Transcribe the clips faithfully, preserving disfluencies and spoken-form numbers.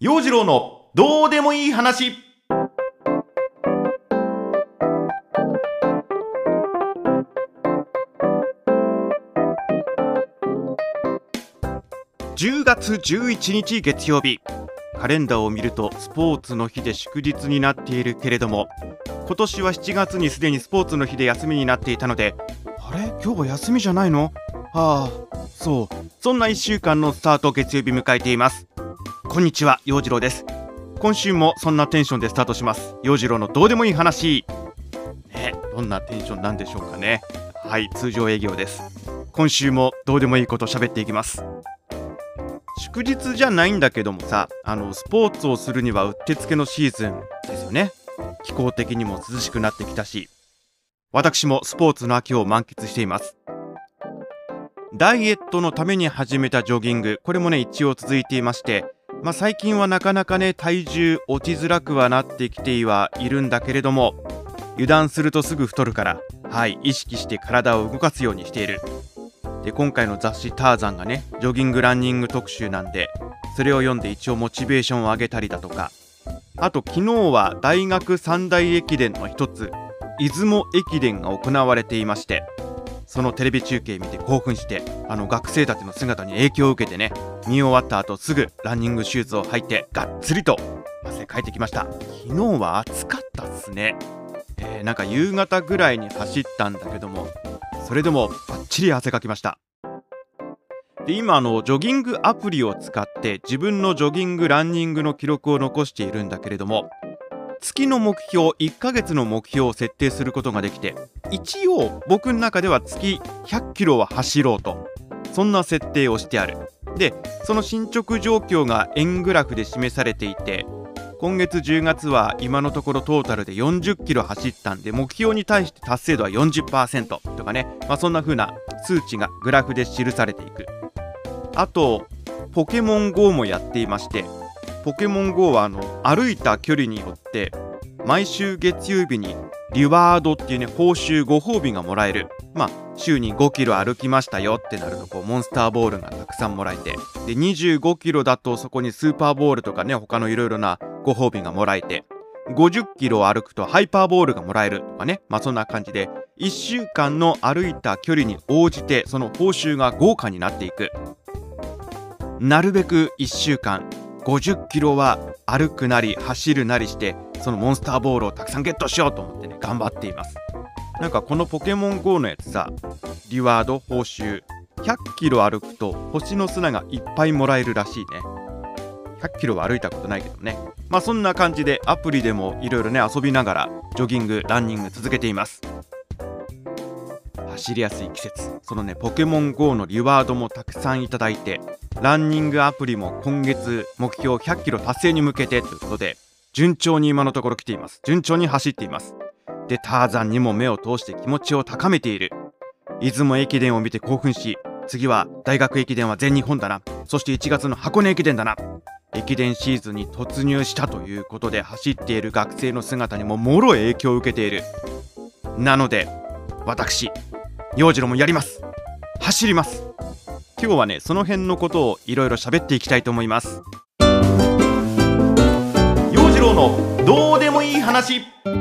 陽次郎のどうでもいい話。じゅうがつじゅういちにち月曜日、カレンダーを見るとスポーツの日で祝日になっているけれども、今年はしちがつにすでにスポーツの日で休みになっていたので、あれ今日は休みじゃないの？ああ、そう、そんないっしゅうかんのスタート、月曜日迎えています。こんにちは、陽次郎です。今週もそんなテンションでスタートします。陽次郎のどうでもいい話、ね、どんなテンションなんでしょうかね。はい、通常営業です。今週もどうでもいいこと喋っていきます。祝日じゃないんだけどもさ、あのスポーツをするにはうってつけのシーズンですよね。気候的にも涼しくなってきたし、私もスポーツの秋を満喫しています。ダイエットのために始めたジョギング、これもね一応続いていまして、まあ、最近はなかなかね体重落ちづらくはなってきてはいるんだけれども、油断するとすぐ太るから、はい意識して体を動かすようにしている。で今回の雑誌ターザンがねジョギングランニング特集なんで、それを読んで一応モチベーションを上げたりだとか、あと昨日は大学三大駅伝の一つ出雲駅伝が行われていまして、そのテレビ中継見て興奮して、あの学生たちの姿に影響を受けてね、見終わった後すぐランニングシューズを履いてがっつりと汗かいてきました。昨日は暑かったっすね、えー、なんか夕方ぐらいに走ったんだけども、それでもバッチリ汗かきました。で今あのジョギングアプリを使って自分のジョギングランニングの記録を残しているんだけれども、月の目標いっかげつの目標を設定することができて、一応僕の中では月ひゃっキロは走ろうと、そんな設定をしてある。でその進捗状況が円グラフで示されていて、今月じゅうがつは今のところトータルでよんじゅっキロ走ったんで、目標に対して達成度は よんじゅっパーセント とかね、まあ、そんな風な数値がグラフで記されていく。あとポケモン ゴー もやっていまして、ポケモン ゴー はあの歩いた距離によって毎週月曜日にリワードっていうね報酬ご褒美がもらえる。まあ週にごキロ歩きましたよってなると、こうモンスターボールがたくさんもらえて、でにじゅうごキロだとそこにスーパーボールとかね他のいろいろなご褒美がもらえて、ごじゅっキロ歩くとハイパーボールがもらえるとかね、まあそんな感じでいっしゅうかんの歩いた距離に応じてその報酬が豪華になっていく。なるべくいっしゅうかんごじゅっキロは歩くなり走るなりして、そのモンスターボールをたくさんゲットしようと思ってね頑張っています。なんかこのポケモン ゴー のやつさ、リワード報酬ひゃっキロ歩くと星の砂がいっぱいもらえるらしいね。ひゃっキロは歩いたことないけどね。まあそんな感じでアプリでもいろいろね遊びながらジョギングランニング続けています。走りやすい季節、そのねポケモン ゴー のリワードもたくさんいただいて、ランニングアプリも今月目標ひゃっキロ達成に向けてということで順調に今のところ来ています。順調に走っています。でターザンにも目を通して気持ちを高めている。出雲駅伝を見て興奮し、次は大学駅伝は全日本だな、そしていちがつの箱根駅伝だな、駅伝シーズンに突入したということで走っている学生の姿にももろ影響を受けている。なので私陽次郎もやります。走ります。今日はねその辺のことをいろいろ喋っていきたいと思います。陽次郎のどうでもいい話。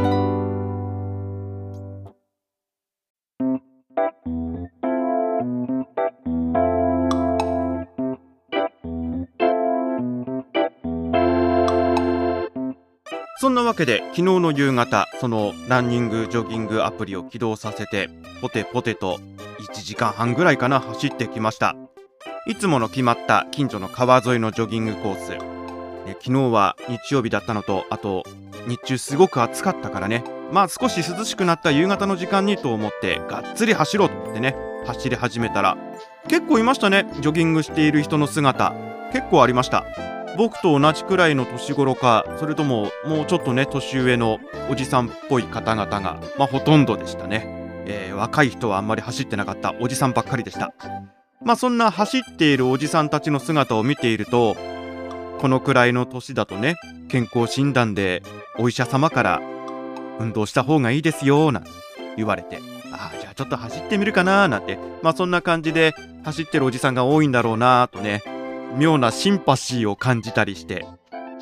そんなわけで昨日の夕方、そのランニングジョギングアプリを起動させてポテポテといちじかんはんぐらいかな走ってきました。いつもの決まった近所の川沿いのジョギングコース、ね、昨日は日曜日だったのと、あと日中すごく暑かったからね、まあ少し涼しくなった夕方の時間にと思ってがっつり走ろうと思ってね走り始めたら、結構いましたね。ジョギングしている人の姿結構ありました。僕と同じくらいの年頃か、それとももうちょっとね年上のおじさんっぽい方々が、まあ、ほとんどでしたね、えー、若い人はあんまり走ってなかった。おじさんばっかりでした。まあそんな走っているおじさんたちの姿を見ていると、このくらいの年だとね健康診断でお医者様から運動した方がいいですよなんて言われて、ああじゃあちょっと走ってみるかななんて、まあそんな感じで走ってるおじさんが多いんだろうなとね、妙なシンパシーを感じたりして、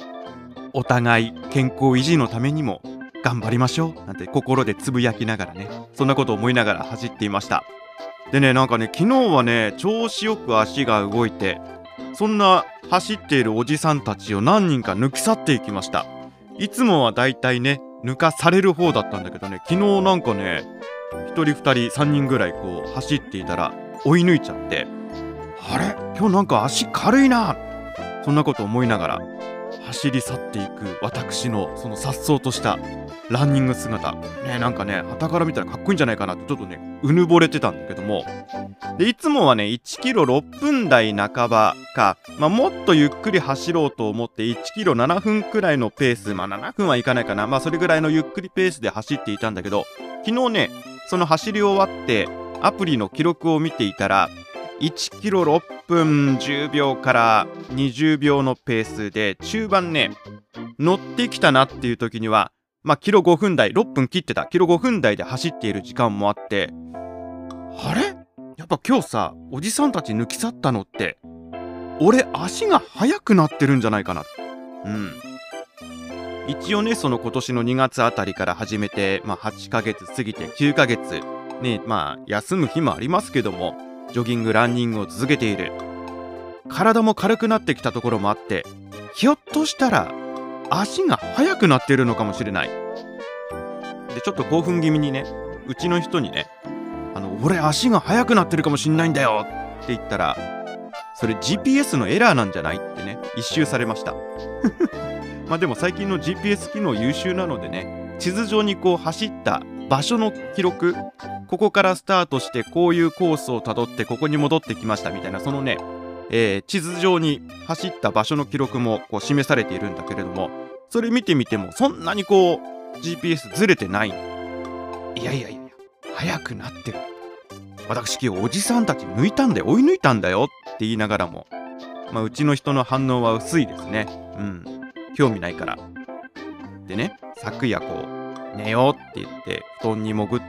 お互い健康維持のためにも頑張りましょうなんて心でつぶやきながらね、そんなことを思いながら走っていました。でね、なんかね、昨日はね、調子よく足が動いて、そんな走っているおじさんたちを何人か抜き去っていきました。いつもはだいたいね、抜かされる方だったんだけどね、昨日なんかね、ひとりふたりさんにんぐらいこう走っていたら追い抜いちゃって、あれ今日なんか足軽いな、そんなこと思いながら走り去っていく私のその颯爽としたランニング姿ね、なんかね、傍から見たらかっこいいんじゃないかなってちょっとね、うぬぼれてたんだけども、でいつもはねいちキロろっぷんだいなかばか、まあ、もっとゆっくり走ろうと思っていちキロななふんくらいのペース、まあななふんはいかないかな、まあそれぐらいのゆっくりペースで走っていたんだけど、昨日ねその走り終わってアプリの記録を見ていたらいちキロろっぷんじゅうびょうからにじゅうびょうのペースで、中盤ね乗ってきたなっていう時にはまあキロごふんだい、ろっぷん切ってたキロごふんだいで走っている時間もあって、あれやっぱ今日さおじさんたち抜き去ったのって俺足が速くなってるんじゃないかな。うん一応ね、その今年のにがつあたりから始めて、まあ、はちかげつ過ぎてきゅうかげつね、まあ休む日もありますけども、ジョギングランニングを続けている。体も軽くなってきたところもあって、ひょっとしたら足が速くなっているのかもしれない。でちょっと興奮気味にね、うちの人にね、あの俺足が速くなってるかもしんないんだよって言ったら、それ ジーピーエス のエラーなんじゃないってね、一周されました。まあでも最近の ジーピーエス 機能優秀なのでね、地図上にこう走った場所の記録、ここからスタートしてこういうコースをたどってここに戻ってきましたみたいな、そのね、えー、地図上に走った場所の記録もこう示されているんだけれども、それ見てみてもそんなにこう ジーピーエス ずれてない。いやいやいや、速くなってる。私今日おじさんたち抜いたんだよ、追い抜いたんだよって言いながらも、まあ、うちの人の反応は薄いですね。うん興味ないから。でね、昨夜こう寝ようって言って布団に潜って、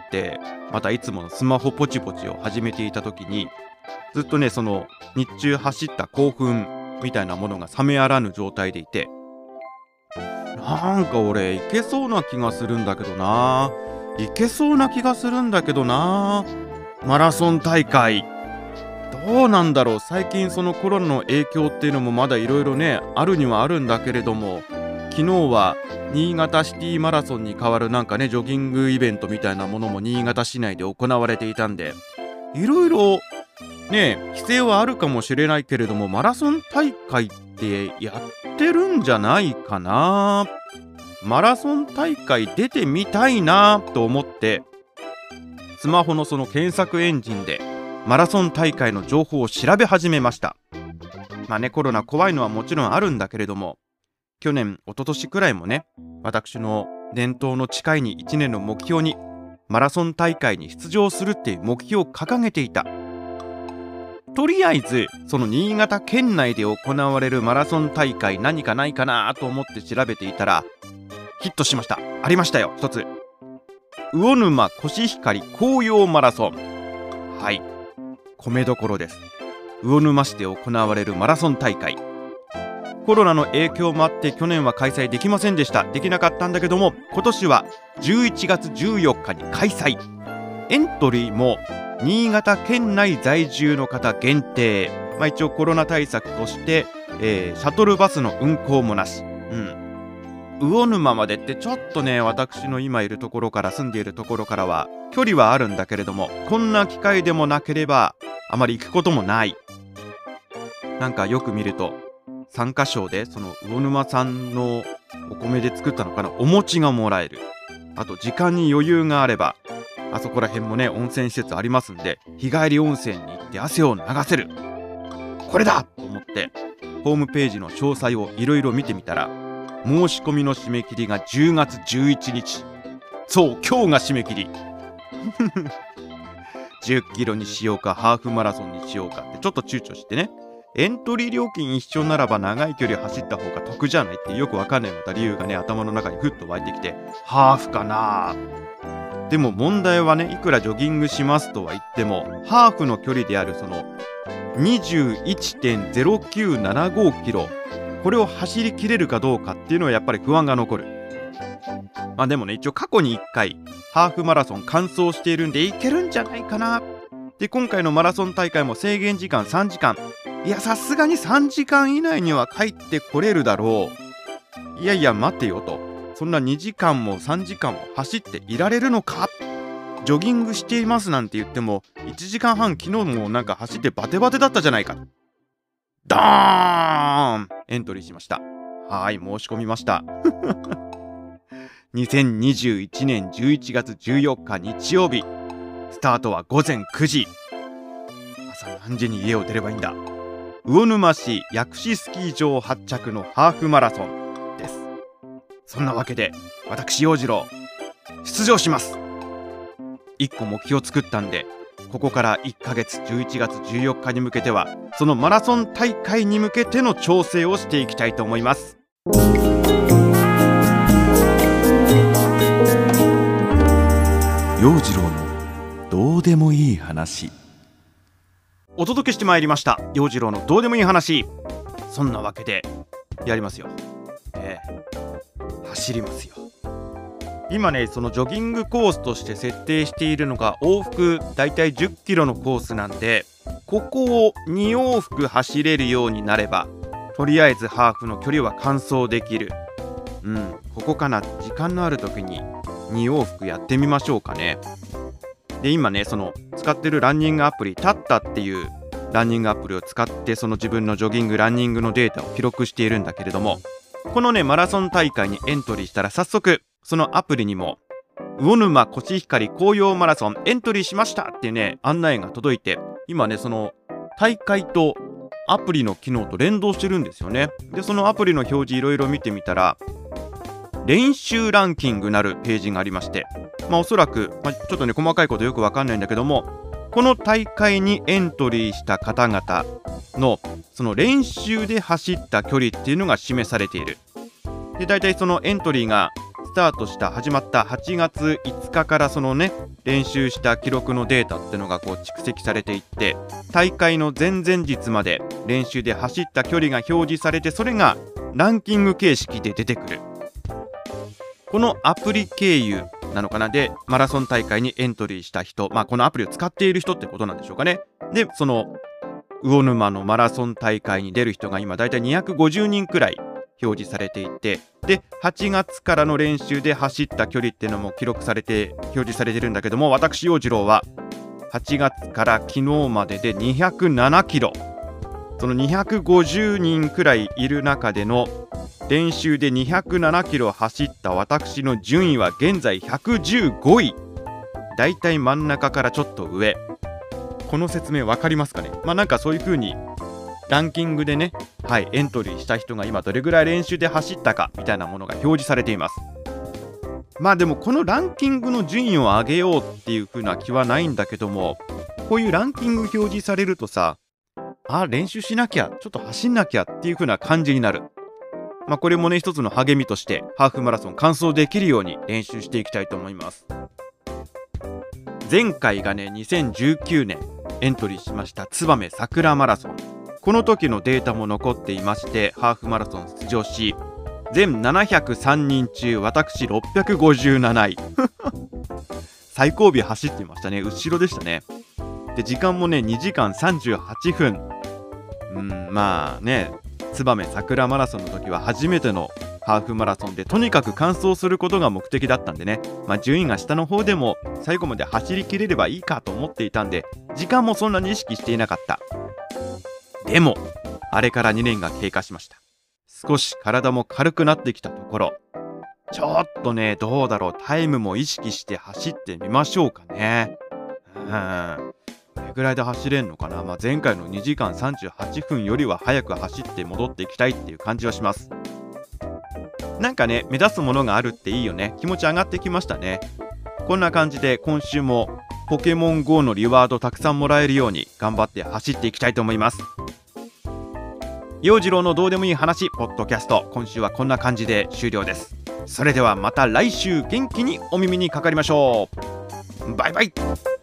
またいつものスマホポチポチを始めていた時に、ずっとねその日中走った興奮みたいなものが冷めやらぬ状態でいて、なんか俺いけそうな気がするんだけどな、いけそうな気がするんだけどなマラソン大会どうなんだろう。最近そのコロナの影響っていうのもまだいろいろねあるにはあるんだけれども、昨日は新潟シティマラソンに代わるなんかねジョギングイベントみたいなものも新潟市内で行われていたんで、いろいろね規制はあるかもしれないけれども、マラソン大会ってやってるんじゃないかな。マラソン大会出てみたいなと思ってスマホのその検索エンジンでマラソン大会の情報を調べ始めました。まあね、コロナ怖いのはもちろんあるんだけれども、去年一昨年くらいもね、私の伝統の誓いにいちねんの目標にマラソン大会に出場するっていう目標を掲げていた。とりあえずその新潟県内で行われるマラソン大会何かないかなと思って調べていたらヒットしました。ありましたよ、一つ。魚沼コシヒカリ紅葉マラソン。はい、米どころです。魚沼市で行われるマラソン大会、コロナの影響もあって去年は開催できませんでした。できなかったんだけども、今年はじゅういちがつじゅうよっかに開催。エントリーも新潟県内在住の方限定、まあ、一応コロナ対策として、えー、シャトルバスの運行もなし。うん魚沼までってちょっとね、私の今いるところから住んでいるところからは距離はあるんだけれども、こんな機会でもなければあまり行くこともない。なんかよく見ると参加賞でその魚沼産のお米で作ったのかな、お餅がもらえる。あと時間に余裕があればあそこら辺もね温泉施設ありますんで、日帰り温泉に行って汗を流せる。これだと思ってホームページの詳細をいろいろ見てみたら、申し込みの締め切りがじゅうがつじゅういちにち。そう今日が締め切りじゅっキロにしようかハーフマラソンにしようかってちょっと躊躇してね、エントリー料金一緒ならば長い距離走った方が得じゃないってよくわかんないまた理由がね頭の中にふっと湧いてきて、ハーフかな。でも問題はね、いくらジョギングしますとは言ってもハーフの距離であるその にじゅういちてんゼロきゅうななごキロ、 これを走りきれるかどうかっていうのはやっぱり不安が残る。まあでもね、一応過去にいっかいハーフマラソン完走しているんでいけるんじゃないかな。で今回のマラソン大会も制限時間さんじかん。いやさすがにさんじかん以内には帰ってこれるだろう。いやいや待てよと、そんなにじかんもさんじかんも走っていられるのか。ジョギングしていますなんて言ってもいちじかんはん昨日もなんか走ってバテバテだったじゃないか。ダーンエントリーしました。はい、申し込みましたにせんにじゅういちねんじゅういちがつじゅうよっか日曜日、スタートはごぜんくじ。朝何時に家を出ればいいんだ。魚沼市薬師スキー場発着のハーフマラソンです。そんなわけで私陽次郎出場します。いっこ目標作ったんで、ここからいっかげつじゅういちがつじゅうよっかに向けてはそのマラソン大会に向けての調整をしていきたいと思います。陽次郎のどうでもいい話、お届けしてまいりました陽次郎のどうでもいい話。そんなわけでやりますよ、えー、走りますよ。今ね、そのジョギングコースとして設定しているのが往復だいたいじゅっキロのコースなんで、ここをに往復走れるようになればとりあえずハーフの距離は完走できる。うん、ここかな。時間のある時にに往復やってみましょうかね。で今ね、その使ってるランニングアプリタッタっていうランニングアプリを使ってその自分のジョギングランニングのデータを記録しているんだけれども、このねマラソン大会にエントリーしたら早速そのアプリにも魚沼コシヒカリ紅葉マラソンエントリーしましたっていうね案内が届いて、今ねその大会とアプリの機能と連動してるんですよね。でそのアプリの表示いろいろ見てみたら練習ランキングなるページがありまして、まあおそらく、まあ、ちょっとね細かいことよくわかんないんだけども、この大会にエントリーした方々のその練習で走った距離っていうのが示されている。で大体そのエントリーがスタートした始まったはちがついつかからそのね練習した記録のデータっていうのがこう蓄積されていって、大会の前々日まで練習で走った距離が表示されて、それがランキング形式で出てくる。このアプリ経由なのかな。でマラソン大会にエントリーした人、まあこのアプリを使っている人ってことなんでしょうかね。でその魚沼のマラソン大会に出る人が今だいたいにひゃくごじゅうにんくらい表示されていて、ではちがつからの練習で走った距離っていうのも記録されて表示されてるんだけども、私陽次郎ははちがつから昨日まででにひゃくななキロ、そのにひゃくごじゅうにんくらいいる中での練習でにひゃくななキロ走った私の順位は現在ひゃくじゅうごい。だいたい真ん中からちょっと上。この説明わかりますかね。まあなんかそういう風にランキングでね、はい、エントリーした人が今どれぐらい練習で走ったかみたいなものが表示されています。まあでもこのランキングの順位を上げようっていう風な気はないんだけども、こういうランキング表示されるとさ、あ、練習しなきゃ、ちょっと走んなきゃっていう風な感じになる。まあこれもね一つの励みとしてハーフマラソン完走できるように練習していきたいと思います。前回がねにせんじゅうきゅうねんエントリーしました燕桜マラソン、この時のデータも残っていまして、ハーフマラソン出場し全ななひゃくさんにん中私ろっぴゃくごじゅうなない最後尾走っていましたね。後ろでしたね。で時間もねにじかんさんじゅうはっぷん。うん、まあね燕桜マラソンの時は初めてのハーフマラソンで、とにかく完走することが目的だったんでね、まあ、順位が下の方でも最後まで走りきれればいいかと思っていたんで、時間もそんなに意識していなかった。でもあれからにねんが経過しました。少し体も軽くなってきたところ、ちょっとねどうだろう、タイムも意識して走ってみましょうかね。うんどれぐらいで走れんのかな。まあ、前回のにじかんさんじゅうはっぷんよりは早く走って戻っていきたいっていう感じはします。なんかね目指すものがあるっていいよね。気持ち上がってきましたね。こんな感じで今週もポケモン ゴー のリワードたくさんもらえるように頑張って走っていきたいと思います。陽次郎のどうでもいい話ポッドキャスト、今週はこんな感じで終了です。それではまた来週元気にお耳にかかりましょう。バイバイ。